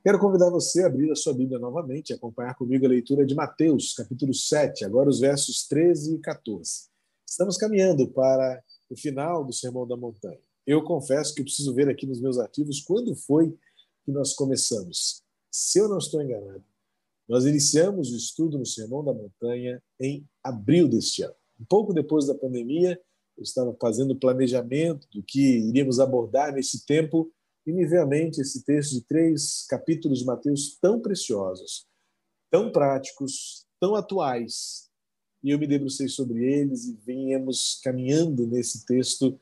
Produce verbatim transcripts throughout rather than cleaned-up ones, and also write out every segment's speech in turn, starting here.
Quero convidar você a abrir a sua Bíblia novamente e acompanhar comigo a leitura de Mateus, capítulo sete, agora os versos treze e quatorze. Estamos caminhando para o final do Sermão da Montanha. Eu confesso que eu preciso ver aqui nos meus arquivos quando foi que nós começamos. Se eu não estou enganado, nós iniciamos o estudo no Sermão da Montanha em abril deste ano. Um pouco depois da pandemia, eu estava fazendo o planejamento do que iríamos abordar nesse tempo e me veio à mente esse texto de três capítulos de Mateus tão preciosos, tão práticos, tão atuais. E eu me debrucei sobre eles e viemos caminhando nesse texto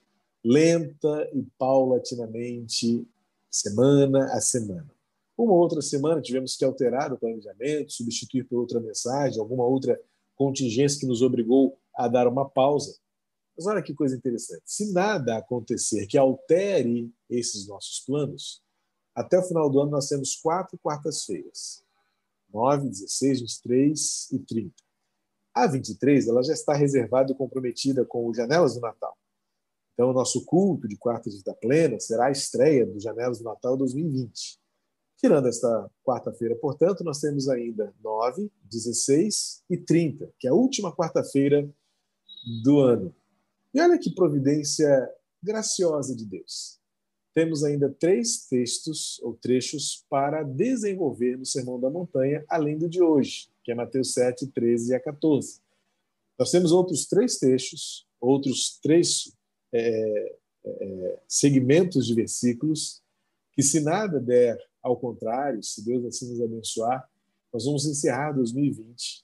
lenta e paulatinamente, semana a semana. Uma outra semana tivemos que alterar o planejamento, substituir por outra mensagem, alguma outra contingência que nos obrigou a dar uma pausa. Mas olha que coisa interessante. Se nada acontecer que altere esses nossos planos, até o final do ano nós temos quatro quartas-feiras. nove, dezesseis, vinte e três e trinta. A vinte e três ela já está reservada e comprometida com o Janelas do Natal. Então, o nosso culto de quarta de vida plena será a estreia do Janelas do Natal dois mil e vinte. Tirando esta quarta-feira, portanto, nós temos ainda nove, dezesseis e trinta, que é a última quarta-feira do ano. E olha que providência graciosa de Deus. Temos ainda três textos ou trechos para desenvolver no Sermão da Montanha, além do de hoje, que é Mateus sete, treze a quatorze. Nós temos outros três textos, outros três é, é, segmentos de versículos, que se nada der ao contrário, se Deus assim nos abençoar, nós vamos encerrar dois mil e vinte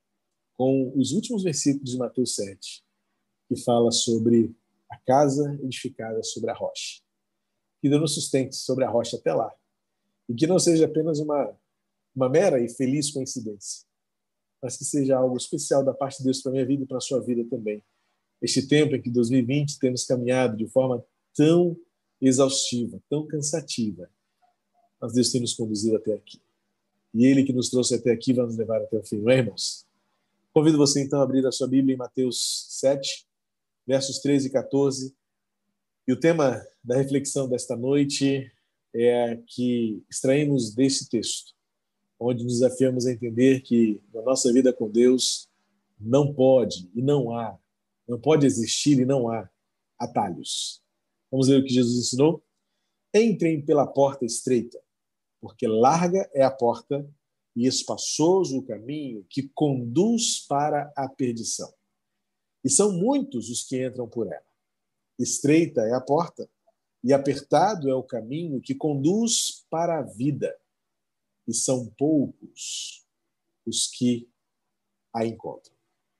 com os últimos versículos de Mateus sete, que fala sobre a casa edificada sobre a rocha. Que Deus nos sustente sobre a rocha até lá. E que não seja apenas uma, uma mera e feliz coincidência, mas que seja algo especial da parte de Deus para a minha vida e para a sua vida também. Este tempo em que dois mil e vinte temos caminhado de forma tão exaustiva, tão cansativa, mas Deus tem nos conduzido até aqui. E Ele que nos trouxe até aqui vai nos levar até o fim, não é, irmãos? Convido você então a abrir a sua Bíblia em Mateus sete, versos treze e quatorze. E o tema da reflexão desta noite é que extraímos desse texto, onde nos desafiamos a entender que na nossa vida com Deus não pode e não há, não pode existir e não há atalhos. Vamos ver o que Jesus ensinou? Entrem pela porta estreita, porque larga é a porta e espaçoso o caminho que conduz para a perdição. E são muitos os que entram por ela. Estreita é a porta e apertado é o caminho que conduz para a vida. E são poucos os que a encontram.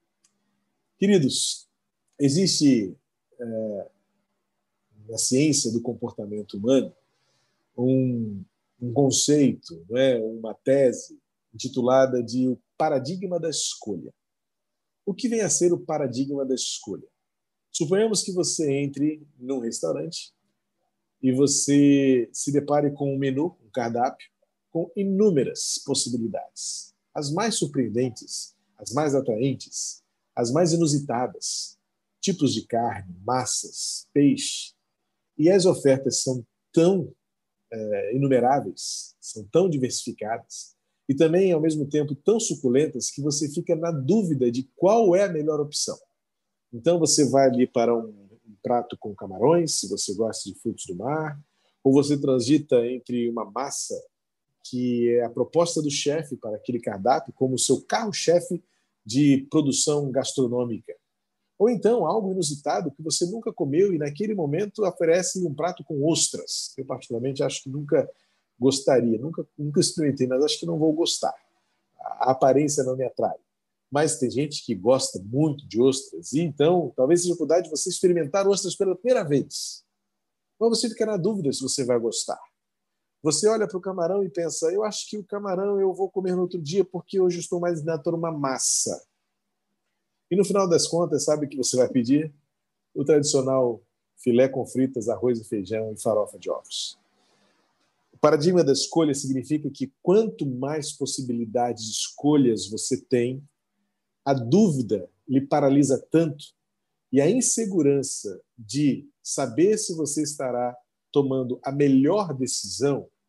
Queridos, existe é, na ciência do comportamento humano um, um conceito, não é? Uma tese intitulada de o paradigma da escolha. O que vem a ser o paradigma da escolha? Suponhamos que você entre num restaurante e você se depare com um menu, um cardápio, com inúmeras possibilidades. As mais surpreendentes, as mais atraentes, as mais inusitadas. Tipos de carne, massas, peixe. E as ofertas são tão é, inumeráveis, são tão diversificadas, e também, ao mesmo tempo, tão suculentas que você fica na dúvida de qual é a melhor opção. Então, você vai ali para um, um prato com camarões, se você gosta de frutos do mar, ou você transita entre uma massa que é a proposta do chefe para aquele cardápio, como o seu carro-chefe de produção gastronômica. Ou então, algo inusitado que você nunca comeu e, naquele momento, oferece um prato com ostras. Eu, particularmente, acho que nunca gostaria, nunca, nunca experimentei, mas acho que não vou gostar. A aparência não me atrai. Mas tem gente que gosta muito de ostras, e então talvez seja dificuldade de você experimentar ostras pela primeira vez. Mas você fica na dúvida se você vai gostar. Você olha para o camarão e pensa, eu acho que o camarão eu vou comer no outro dia porque hoje eu estou mais inclinado por uma massa. E no final das contas, sabe o que você vai pedir? O tradicional filé com fritas, arroz e feijão e farofa de ovos. O paradigma da escolha significa que quanto mais possibilidades de escolhas você tem, a dúvida lhe paralisa tanto e a insegurança de saber se você estará tomando a melhor decisão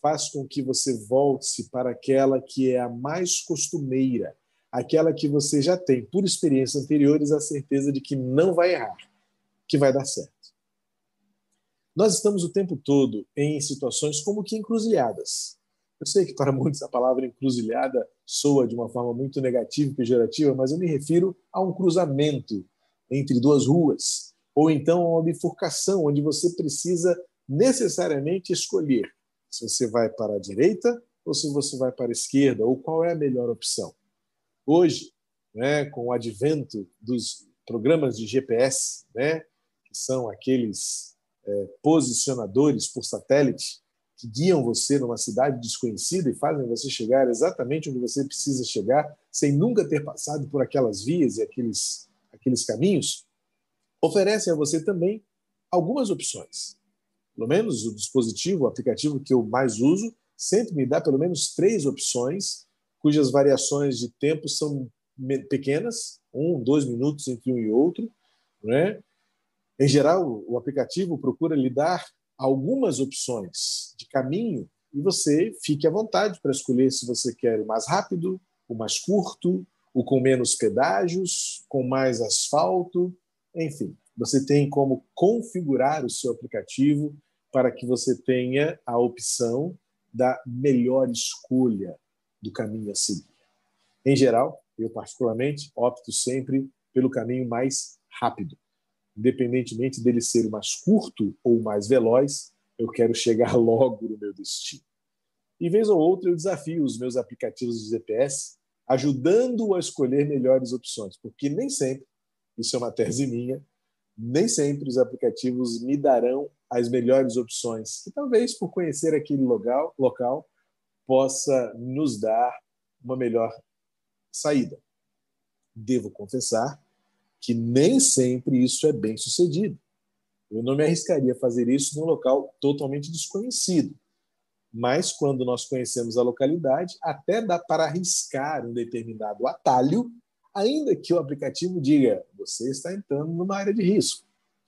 faz com que você volte-se para aquela que é a mais costumeira, aquela que você já tem, por experiências anteriores, a certeza de que não vai errar, que vai dar certo. Nós estamos o tempo todo em situações como que encruzilhadas. Eu sei que para muitos a palavra encruzilhada soa de uma forma muito negativa e pejorativa, mas eu me refiro a um cruzamento entre duas ruas, ou então a uma bifurcação, onde você precisa necessariamente escolher se você vai para a direita ou se você vai para a esquerda, ou qual é a melhor opção. Hoje, né, com o advento dos programas de G P S, né, que são aqueles é, posicionadores por satélite que guiam você numa cidade desconhecida e fazem você chegar exatamente onde você precisa chegar, sem nunca ter passado por aquelas vias e aqueles, aqueles caminhos, oferecem a você também algumas opções. Pelo menos o dispositivo, o aplicativo que eu mais uso, sempre me dá pelo menos três opções, cujas variações de tempo são pequenas, um, dois minutos entre um e outro, né? Em geral, o aplicativo procura lhe dar algumas opções de caminho e você fique à vontade para escolher se você quer o mais rápido, o mais curto, o com menos pedágios, com mais asfalto, enfim. Você tem como configurar o seu aplicativo para que você tenha a opção da melhor escolha do caminho a seguir. Em geral, eu particularmente opto sempre pelo caminho mais rápido. Independentemente dele ser o mais curto ou o mais veloz, eu quero chegar logo no meu destino. E vez ou outra eu desafio os meus aplicativos de G P S, ajudando-o a escolher melhores opções, porque nem sempre, isso é uma tese minha, nem sempre os aplicativos me darão as melhores opções, que talvez por conhecer aquele local, local possa nos dar uma melhor saída. Devo confessar que nem sempre isso é bem sucedido. Eu não me arriscaria a fazer isso num local totalmente desconhecido. Mas quando nós conhecemos a localidade, até dá para arriscar um determinado atalho, ainda que o aplicativo diga, você está entrando numa área de risco.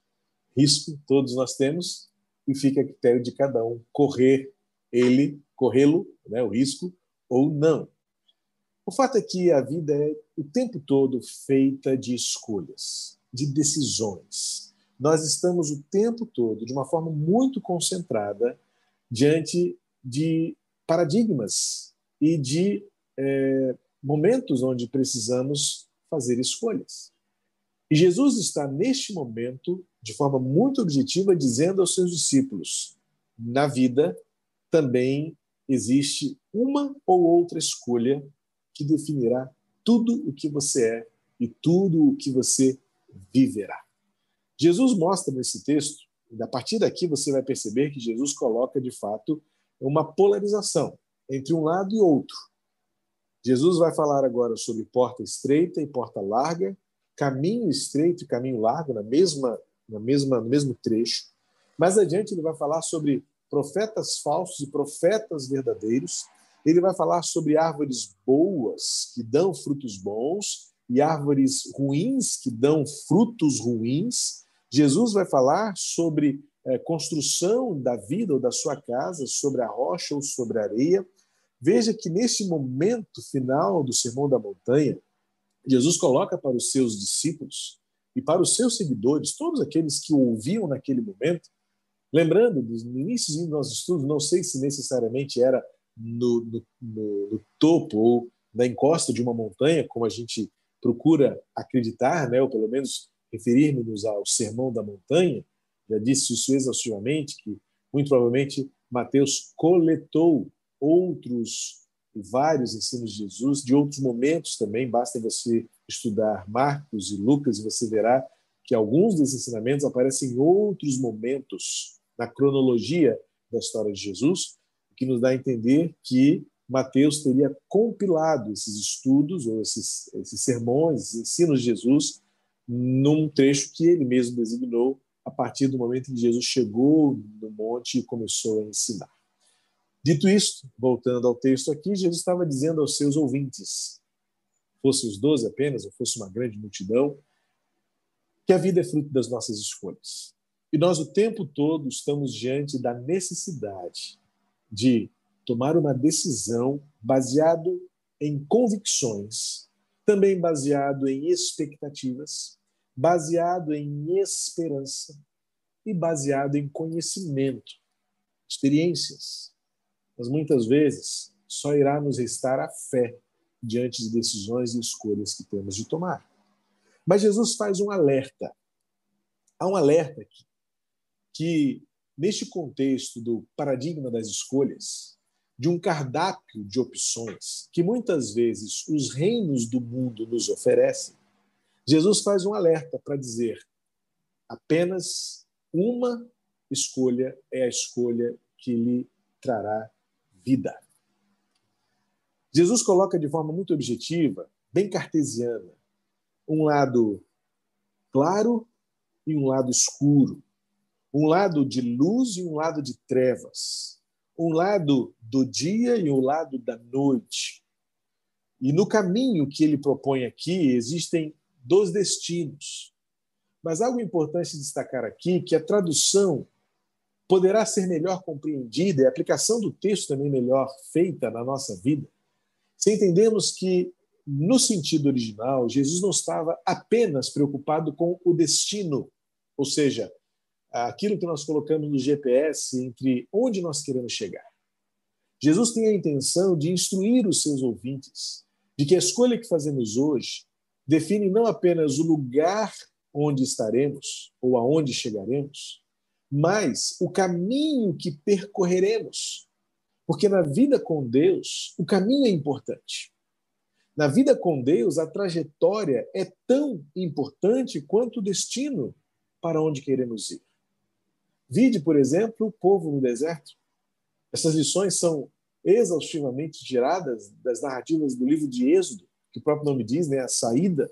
Risco todos nós temos e fica a critério de cada um correr ele, corrê-lo, né, o risco, ou não. O fato é que a vida é o tempo todo feita de escolhas, de decisões. Nós estamos o tempo todo, de uma forma muito concentrada, diante de paradigmas e de é, momentos onde precisamos fazer escolhas. E Jesus está, neste momento, de forma muito objetiva, dizendo aos seus discípulos, na vida também existe uma ou outra escolha que definirá tudo o que você é e tudo o que você viverá. Jesus mostra nesse texto, e a partir daqui você vai perceber que Jesus coloca, de fato, uma polarização entre um lado e outro. Jesus vai falar agora sobre porta estreita e porta larga, caminho estreito e caminho largo, na mesma, na mesma, no mesmo trecho. Mais adiante ele vai falar sobre profetas falsos e profetas verdadeiros. Ele vai falar sobre árvores boas que dão frutos bons e árvores ruins que dão frutos ruins. Jesus vai falar sobre é, construção da vida ou da sua casa, sobre a rocha ou sobre a areia. Veja que neste momento final do Sermão da Montanha, Jesus coloca para os seus discípulos e para os seus seguidores, todos aqueles que o ouviam naquele momento, lembrando, no início dos nossos estudos, não sei se necessariamente era no, no, no, no topo ou na encosta de uma montanha, como a gente procura acreditar, né, ou pelo menos referirmos ao Sermão da Montanha, já disse isso exaustivamente, que muito provavelmente Mateus coletou outros vários ensinos de Jesus, de outros momentos também, basta você estudar Marcos e Lucas e você verá que alguns desses ensinamentos aparecem em outros momentos na cronologia da história de Jesus, o que nos dá a entender que Mateus teria compilado esses estudos, ou esses, esses sermões, esses ensinos de Jesus, num trecho que ele mesmo designou a partir do momento em que Jesus chegou no monte e começou a ensinar. Dito isto, voltando ao texto aqui, Jesus estava dizendo aos seus ouvintes, fossem os doze apenas, ou fosse uma grande multidão, que a vida é fruto das nossas escolhas. E nós o tempo todo estamos diante da necessidade de tomar uma decisão baseado em convicções, também baseado em expectativas, baseado em esperança e baseado em conhecimento, experiências. Mas muitas vezes só irá nos restar a fé diante de decisões e escolhas que temos de tomar. Mas Jesus faz um alerta. Há um alerta aqui, que neste contexto do paradigma das escolhas, de um cardápio de opções que muitas vezes os reinos do mundo nos oferecem, Jesus faz um alerta para dizer: apenas uma escolha é a escolha que lhe trará vida. Jesus coloca de forma muito objetiva, bem cartesiana, um lado claro e um lado escuro, um lado de luz e um lado de trevas, um lado do dia e um lado da noite. E no caminho que ele propõe aqui existem dois destinos. Mas algo importante destacar aqui, que a tradução poderá ser melhor compreendida e a aplicação do texto também melhor feita na nossa vida, se entendemos que, no sentido original, Jesus não estava apenas preocupado com o destino, ou seja, aquilo que nós colocamos no G P S entre onde nós queremos chegar. Jesus tem a intenção de instruir os seus ouvintes de que a escolha que fazemos hoje define não apenas o lugar onde estaremos ou aonde chegaremos, mas o caminho que percorreremos. Porque na vida com Deus, o caminho é importante. Na vida com Deus, a trajetória é tão importante quanto o destino para onde queremos ir. Vide, por exemplo, o povo no deserto. Essas lições são exaustivamente tiradas das narrativas do livro de Êxodo, que o próprio nome diz, né, a saída.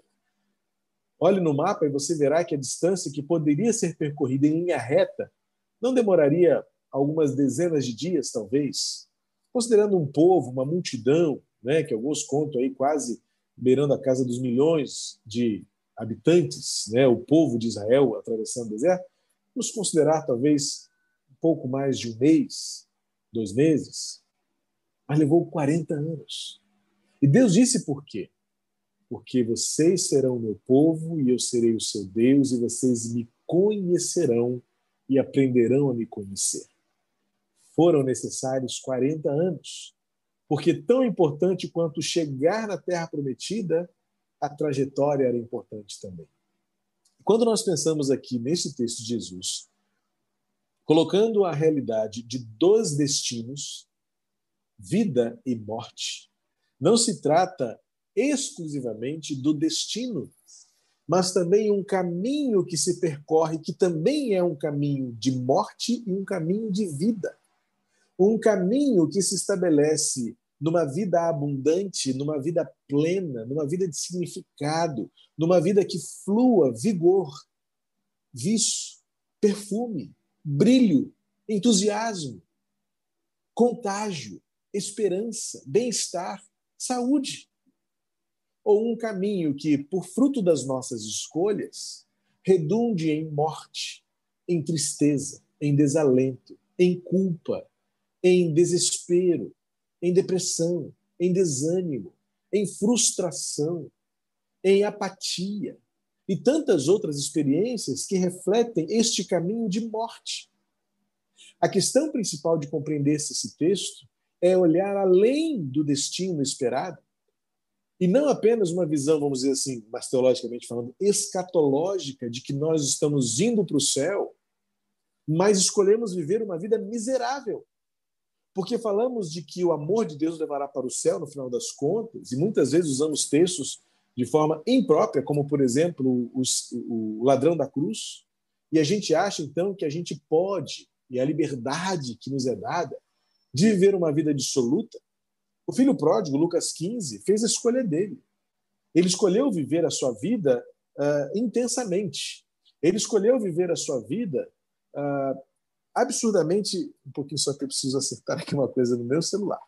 Olhe no mapa e você verá que a distância que poderia ser percorrida em linha reta não demoraria algumas dezenas de dias, talvez. Considerando um povo, uma multidão, né, que alguns contam aí quase beirando a casa dos milhões de habitantes, né, o povo de Israel atravessando o deserto, vamos considerar talvez um pouco mais de um mês, dois meses, mas levou quarenta anos. E Deus disse por quê? Porque vocês serão meu povo e eu serei o seu Deus e vocês me conhecerão e aprenderão a me conhecer. Foram necessários quarenta anos, porque tão importante quanto chegar na Terra Prometida, a trajetória era importante também. Quando nós pensamos aqui nesse texto de Jesus, colocando a realidade de dois destinos, vida e morte, não se trata exclusivamente do destino, mas também um caminho que se percorre, que também é um caminho de morte e um caminho de vida. Um caminho que se estabelece numa vida abundante, numa vida plena, numa vida de significado, numa vida que flua vigor, vício, perfume, brilho, entusiasmo, contágio, esperança, bem-estar, saúde. Ou um caminho que, por fruto das nossas escolhas, redunde em morte, em tristeza, em desalento, em culpa, em desespero, em depressão, em desânimo, em frustração, em apatia e tantas outras experiências que refletem este caminho de morte. A questão principal de compreender esse texto é olhar além do destino esperado e não apenas uma visão, vamos dizer assim, mas teologicamente falando, escatológica de que nós estamos indo para o céu, mas escolhemos viver uma vida miserável. Porque falamos de que o amor de Deus levará para o céu, no final das contas, e muitas vezes usamos textos de forma imprópria, como, por exemplo, os, o ladrão da cruz, e a gente acha, então, que a gente pode, e a liberdade que nos é dada, de viver uma vida dissoluta. O filho pródigo, Lucas quinze, fez a escolha dele. Ele escolheu viver a sua vida uh, intensamente. Ele escolheu viver a sua vida uh, absurdamente... Um pouquinho só que eu preciso acertar aqui uma coisa no meu celular.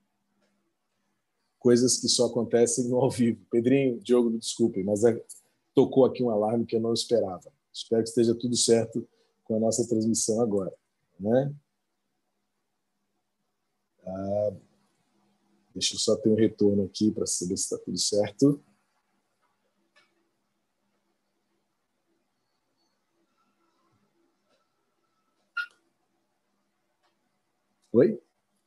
Coisas que só acontecem no ao vivo. Pedrinho, Diogo, me desculpem, mas tocou aqui um alarme que eu não esperava. Espero que esteja tudo certo com a nossa transmissão agora, né? Ah, deixa eu só ter um retorno aqui para saber se está tudo certo. Oi?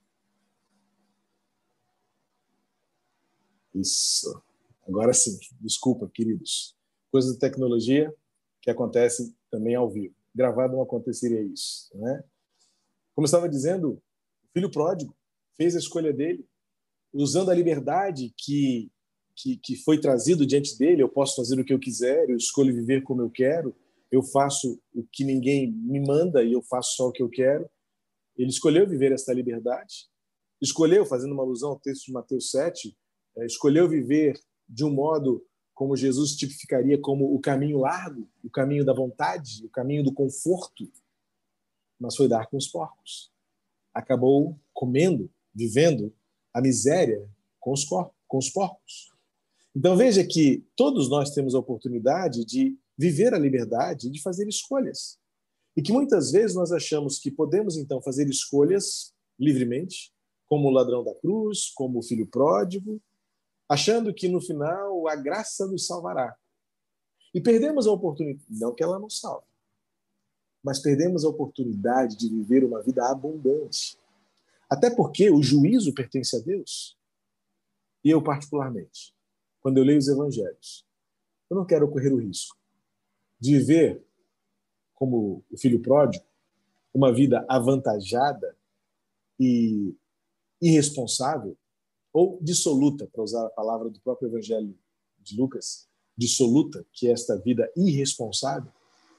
Isso. Agora sim. Desculpa, queridos. Coisas de tecnologia que acontecem também ao vivo. Gravado não aconteceria isso, né? Como eu estava dizendo, o filho pródigo fez a escolha dele, usando a liberdade que, que, que foi trazido diante dele. Eu posso fazer o que eu quiser, eu escolho viver como eu quero, eu faço o que ninguém me manda e eu faço só o que eu quero. Ele escolheu viver esta liberdade, escolheu, fazendo uma alusão ao texto de Mateus sete, escolheu viver de um modo como Jesus tipificaria como o caminho largo, o caminho da vontade, o caminho do conforto, mas foi dar com os porcos. Acabou comendo, vivendo a miséria com os, corpos, com os porcos. Então veja que todos nós temos a oportunidade de viver a liberdade, de fazer escolhas. E que muitas vezes nós achamos que podemos então fazer escolhas livremente, como o ladrão da cruz, como o filho pródigo, achando que no final a graça nos salvará. E perdemos a oportunidade, não que ela não salve, mas perdemos a oportunidade de viver uma vida abundante. Até porque o juízo pertence a Deus. E eu, particularmente, quando eu leio os evangelhos, eu não quero correr o risco de viver, como o filho pródigo, uma vida avantajada e irresponsável, ou dissoluta, para usar a palavra do próprio evangelho de Lucas, dissoluta, que é esta vida irresponsável,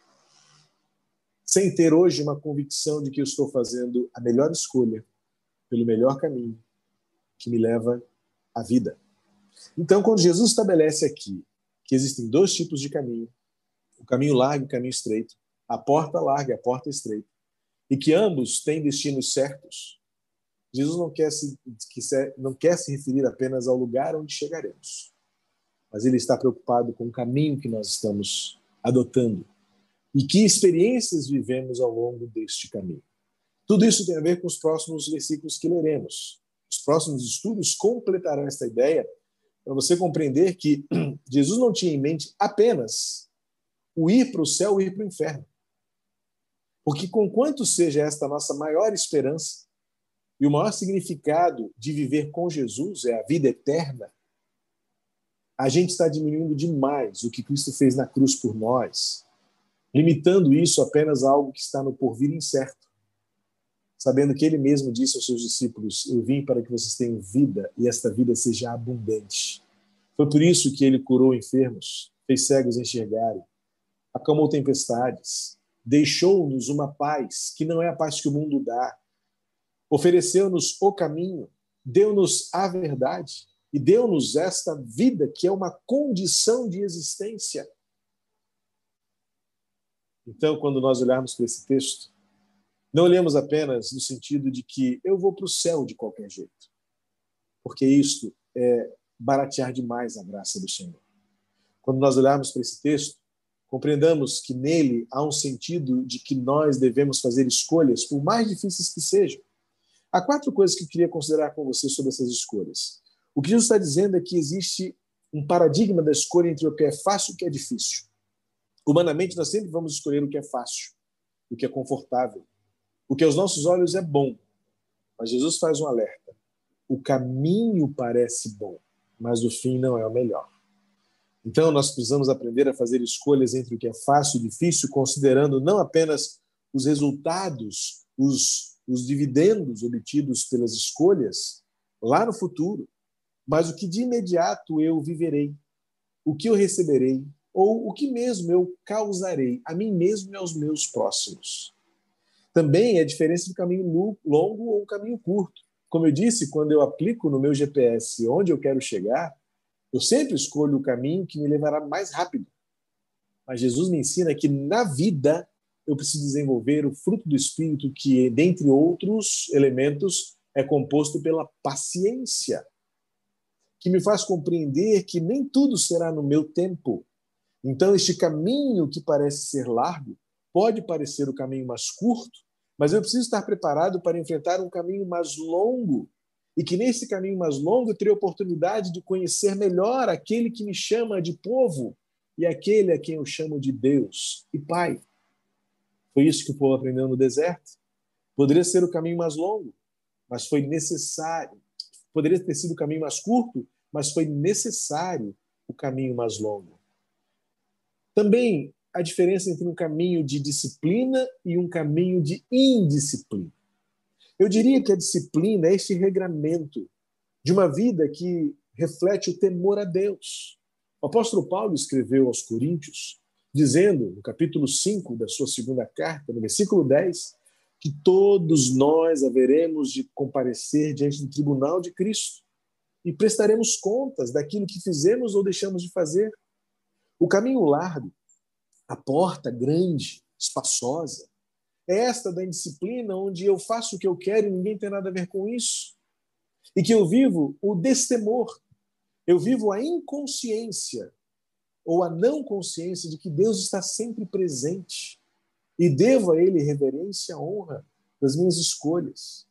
sem ter hoje uma convicção de que eu estou fazendo a melhor escolha, pelo melhor caminho, que me leva à vida. Então, quando Jesus estabelece aqui que existem dois tipos de caminho, o caminho largo e o caminho estreito, a porta larga e a porta estreita, e que ambos têm destinos certos, Jesus não quer se, não quer se referir apenas ao lugar onde chegaremos, mas ele está preocupado com o caminho que nós estamos adotando e que experiências vivemos ao longo deste caminho. Tudo isso tem a ver com os próximos versículos que leremos. Os próximos estudos completarão esta ideia para você compreender que Jesus não tinha em mente apenas o ir para o céu ou ir para o inferno. Porque conquanto seja esta a nossa maior esperança e o maior significado de viver com Jesus é a vida eterna, a gente está diminuindo demais o que Cristo fez na cruz por nós, limitando isso apenas a algo que está no porvir incerto, sabendo que ele mesmo disse aos seus discípulos: eu vim para que vocês tenham vida e esta vida seja abundante. Foi por isso que ele curou enfermos, fez cegos enxergarem, acalmou tempestades, deixou-nos uma paz que não é a paz que o mundo dá, ofereceu-nos o caminho, deu-nos a verdade e deu-nos esta vida que é uma condição de existência. Então, quando nós olharmos para esse texto, não olhemos apenas no sentido de que eu vou para o céu de qualquer jeito, porque isto é baratear demais a graça do Senhor. Quando nós olharmos para esse texto, compreendamos que nele há um sentido de que nós devemos fazer escolhas, por mais difíceis que sejam. Há quatro coisas que eu queria considerar com você sobre essas escolhas. O que Jesus está dizendo é que existe um paradigma da escolha entre o que é fácil e o que é difícil. Humanamente, nós sempre vamos escolher o que é fácil, o que é confortável, o que aos nossos olhos é bom. Mas Jesus faz um alerta. O caminho parece bom, mas o fim não é o melhor. Então, nós precisamos aprender a fazer escolhas entre o que é fácil e difícil, considerando não apenas os resultados, os, os dividendos obtidos pelas escolhas lá no futuro, mas o que de imediato eu viverei, o que eu receberei, ou o que mesmo eu causarei a mim mesmo e aos meus próximos. Também é a diferença do caminho longo ou um caminho curto. Como eu disse, quando eu aplico no meu G P S onde eu quero chegar, eu sempre escolho o caminho que me levará mais rápido. Mas Jesus me ensina que na vida eu preciso desenvolver o fruto do Espírito que, dentre outros elementos, é composto pela paciência, que me faz compreender que nem tudo será no meu tempo, Então, este caminho que parece ser largo pode parecer o caminho mais curto, mas eu preciso estar preparado para enfrentar um caminho mais longo, e que nesse caminho mais longo eu terei a oportunidade de conhecer melhor aquele que me chama de povo e aquele a quem eu chamo de Deus e Pai. Foi isso que o povo aprendeu no deserto. Poderia ser o caminho mais longo, mas foi necessário. Poderia ter sido o caminho mais curto, mas foi necessário o caminho mais longo. Também a diferença entre um caminho de disciplina e um caminho de indisciplina. Eu diria que a disciplina é esse regramento de uma vida que reflete o temor a Deus. O apóstolo Paulo escreveu aos Coríntios, dizendo, no capítulo cinco da sua segunda carta, no versículo dez, que todos nós haveremos de comparecer diante do tribunal de Cristo e prestaremos contas daquilo que fizemos ou deixamos de fazer. O caminho largo, a porta grande, espaçosa, é esta da indisciplina, onde eu faço o que eu quero e ninguém tem nada a ver com isso. E que eu vivo o destemor. Eu vivo a inconsciência ou a não consciência de que Deus está sempre presente e devo a Ele reverência e honra das minhas escolhas.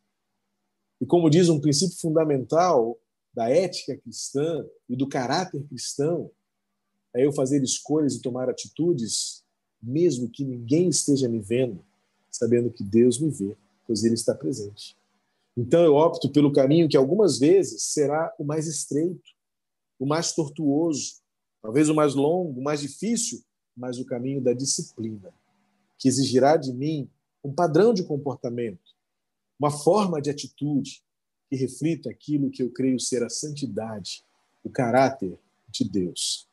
E como diz um princípio fundamental da ética cristã e do caráter cristão, é eu fazer escolhas e tomar atitudes, mesmo que ninguém esteja me vendo, sabendo que Deus me vê, pois Ele está presente. Então eu opto pelo caminho que algumas vezes será o mais estreito, o mais tortuoso, talvez o mais longo, o mais difícil, mas o caminho da disciplina, que exigirá de mim um padrão de comportamento, uma forma de atitude que reflita aquilo que eu creio ser a santidade, o caráter de Deus.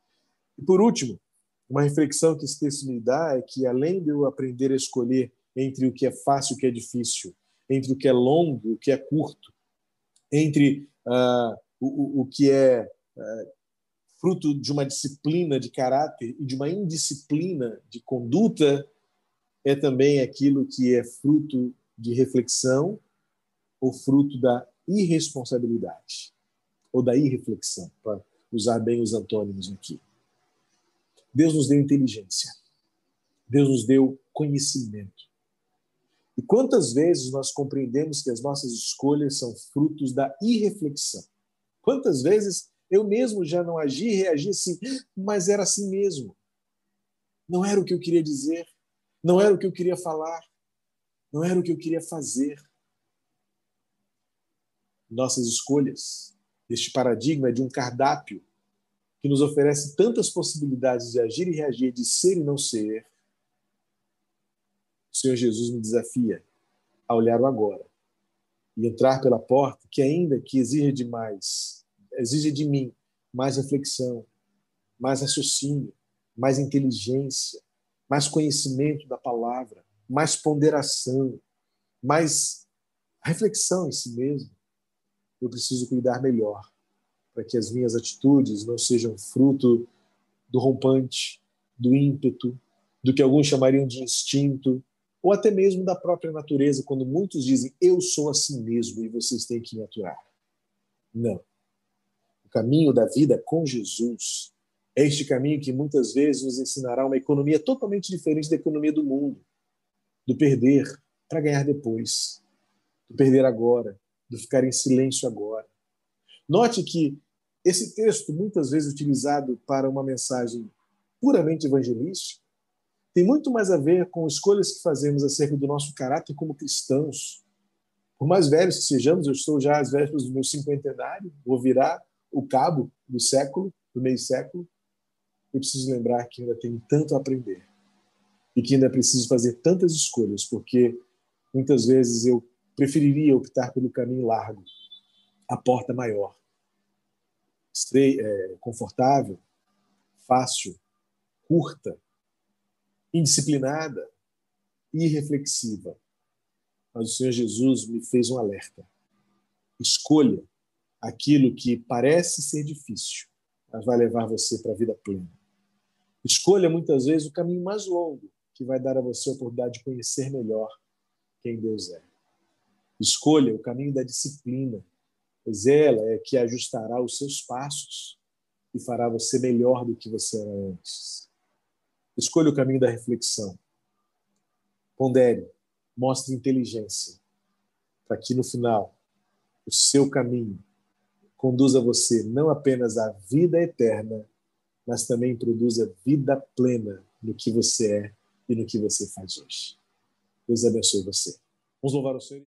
E por último, uma reflexão que esse texto me dá é que, além de eu aprender a escolher entre o que é fácil e o que é difícil, entre o que é longo e o que é curto, entre uh, o, o que é uh, fruto de uma disciplina de caráter e de uma indisciplina de conduta, é também aquilo que é fruto de reflexão ou fruto da irresponsabilidade, ou da irreflexão, para usar bem os antônimos aqui. Deus nos deu inteligência. Deus nos deu conhecimento. E quantas vezes nós compreendemos que as nossas escolhas são frutos da irreflexão? Quantas vezes eu mesmo já não agi e reagi assim, mas era assim mesmo. Não era o que eu queria dizer, não era o que eu queria falar, não era o que eu queria fazer. Nossas escolhas, este paradigma é de um cardápio que nos oferece tantas possibilidades de agir e reagir, de ser e não ser. O Senhor Jesus me desafia a olhar o agora e entrar pela porta que, ainda que exija de mais, exija de mim mais reflexão, mais raciocínio, mais inteligência, mais conhecimento da palavra, mais ponderação, mais reflexão em si mesmo. Eu preciso cuidar melhor para que as minhas atitudes não sejam fruto do rompante, do ímpeto, do que alguns chamariam de instinto, ou até mesmo da própria natureza, quando muitos dizem, eu sou assim mesmo e vocês têm que me aturar. Não. O caminho da vida com Jesus é este caminho que muitas vezes nos ensinará uma economia totalmente diferente da economia do mundo, do perder para ganhar depois, do perder agora, do ficar em silêncio agora. Note que esse texto, muitas vezes utilizado para uma mensagem puramente evangelística, tem muito mais a ver com escolhas que fazemos acerca do nosso caráter como cristãos. Por mais velhos que sejamos, eu estou já às vésperas do meu cinquentenário, vou virar o cabo do século, do meio século, eu preciso lembrar que ainda tenho tanto a aprender e que ainda preciso fazer tantas escolhas, porque muitas vezes eu preferiria optar pelo caminho largo, a porta maior, confortável, fácil, curta, indisciplinada e irreflexiva. Mas o Senhor Jesus me fez um alerta. Escolha aquilo que parece ser difícil, mas vai levar você para a vida plena. Escolha muitas vezes o caminho mais longo, que vai dar a você a oportunidade de conhecer melhor quem Deus é. Escolha o caminho da disciplina, pois ela é que ajustará os seus passos. e fará você melhor do que você era antes. Escolha o caminho da reflexão. Pondere, mostre inteligência, para que no final o seu caminho conduza você não apenas à vida eterna, mas também produza vida plena no que você é e no que você faz hoje. Deus abençoe você. Vamos louvar o Senhor.